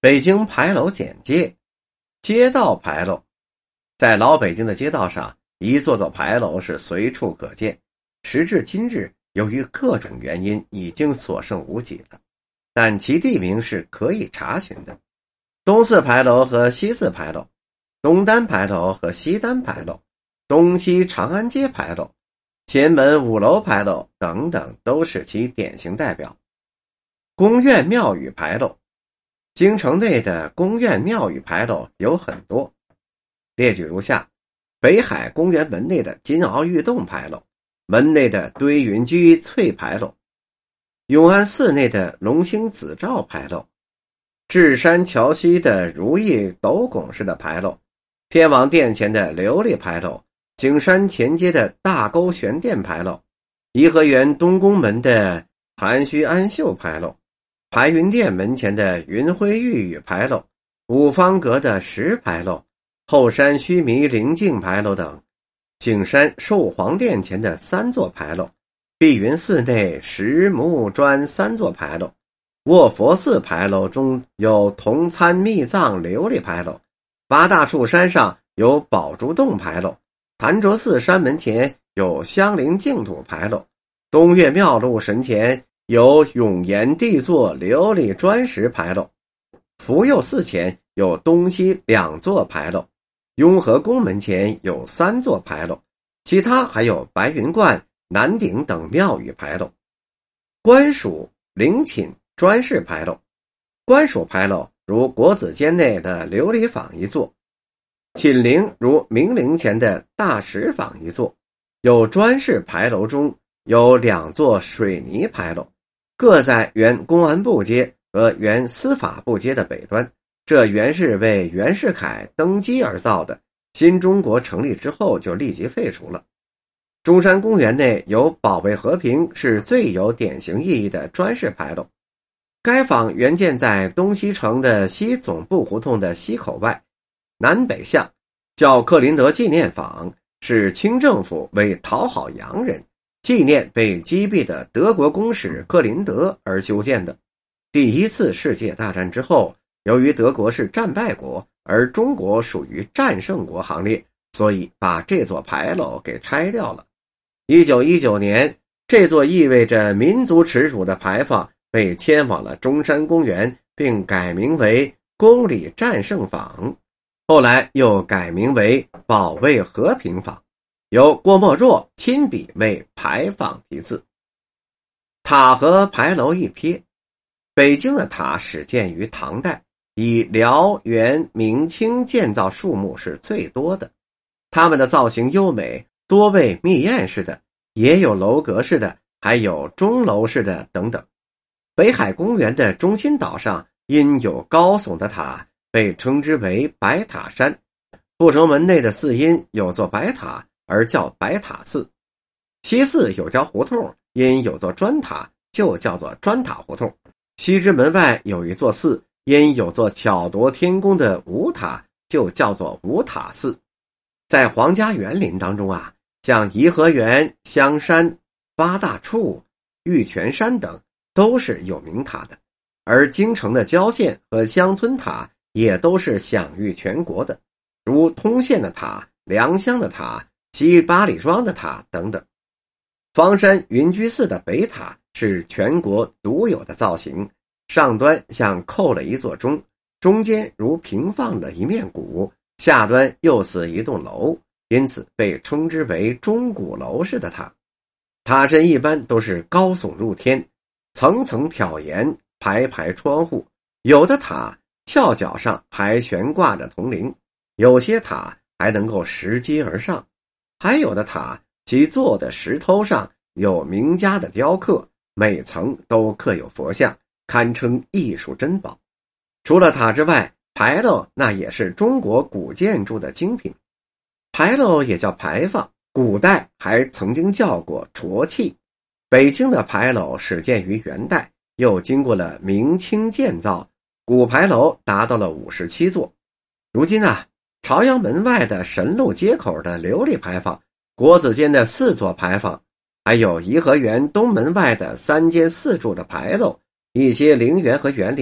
北京牌楼简介。街道牌楼。在老北京的街道上，一座座牌楼是随处可见，时至今日，由于各种原因已经所剩无几了，但其地名是可以查询的。东四牌楼和西四牌楼，东单牌楼和西单牌楼，东西长安街牌楼，前门五楼牌楼等等，都是其典型代表。宫苑庙宇牌楼。京城内的宫苑庙宇牌楼有很多，列举如下：北海公园门内的金鳌玉洞牌楼，门内的堆云居翠牌楼，永安寺内的龙兴紫照牌楼，智山桥西的如意斗拱式的牌楼，天王殿前的琉璃牌楼，景山前街的大沟玄殿牌楼，颐和园东宫门的含虚安秀牌楼，排云殿门前的云辉玉宇牌楼，五方阁的石牌楼，后山须弥灵境牌楼等，景山寿皇殿前的三座牌楼，碧云寺内石木砖三座牌楼，卧佛寺牌楼中有铜参密藏琉璃牌楼，八大处山上有宝珠洞牌楼，潭柘寺山门前有香林净土牌楼，东岳庙路神前有永岩地座琉璃砖石牌楼，福佑寺前有东西两座牌楼，雍和宫门前有三座牌楼，其他还有白云观、南顶等庙宇牌楼。官署、陵寝、砖室牌楼。官署牌楼如国子监内的琉璃坊一座，寝陵如明陵前的大石坊一座。有砖室牌楼中有两座水泥牌楼，各在原公安部街和原司法部街的北端，这原是为袁世凯登基而造的，新中国成立之后就立即废除了。中山公园内有保卫和平是最有典型意义的砖室牌楼，该坊原建在东西城的西总部胡同的西口外，南北向，叫克林德纪念坊，是清政府为讨好洋人，纪念被击毙的德国公使克林德而修建的。第一次世界大战之后，由于德国是战败国，而中国属于战胜国行列，所以把这座牌楼给拆掉了。1919年，这座意味着民族耻辱的牌坊被迁往了中山公园，并改名为公理战胜坊，后来又改名为保卫和平坊，由郭沫若亲笔为牌坊题字。塔和牌楼一瞥。北京的塔始建于唐代，以辽、元、明清建造数目是最多的，它们的造型优美，多为密檐式的，也有楼阁式的，还有钟楼式的等等。北海公园的中心岛上因有高耸的塔，被称之为白塔山。阜成门内的寺因有座白塔而叫白塔寺。西四有条胡同，因有座砖塔，就叫做砖塔胡同。西直门外有一座寺，因有座巧夺天工的五塔，就叫做五塔寺。在皇家园林当中啊，像颐和园、香山、八大处、玉泉山等都是有名塔的，而京城的郊县和乡村塔也都是享誉全国的，如通县的塔、良乡的塔、西八里庄的塔等等。房山云居寺的北塔是全国独有的造型，上端像扣了一座钟，中间如平放了一面鼓，下端又似一栋楼，因此被称之为钟鼓楼式的塔。塔身一般都是高耸入天，层层挑檐，排排窗户，有的塔翘角上还悬挂着铜铃，有些塔还能够拾阶而上，还有的塔其坐的石头上有名家的雕刻，每层都刻有佛像，堪称艺术珍宝。除了塔之外，牌楼那也是中国古建筑的精品。牌楼也叫牌坊，古代还曾经叫过啜泣。北京的牌楼始建于元代，又经过了明清建造，古牌楼达到了57座。如今啊，朝阳门外的神路街口的琉璃牌坊，国子监的4座牌坊，还有颐和园东门外的3间4柱的牌楼，一些陵园和园林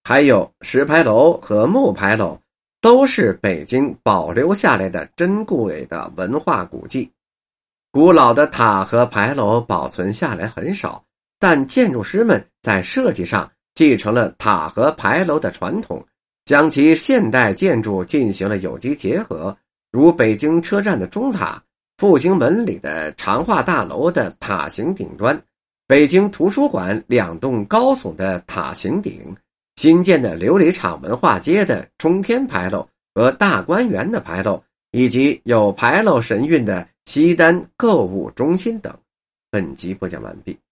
还有石牌楼和木牌楼，都是北京保留下来的珍贵的文化古迹。古老的塔和牌楼保存下来很少，但建筑师们在设计上继承了塔和牌楼的传统，将其现代建筑进行了有机结合，如北京车站的钟塔、复兴门里的长化大楼的塔形顶端、北京图书馆2栋高耸的塔形顶、新建的琉璃厂文化街的冲天牌楼和大观园的牌楼，以及有牌楼神韵的西单购物中心等。本集播讲完毕。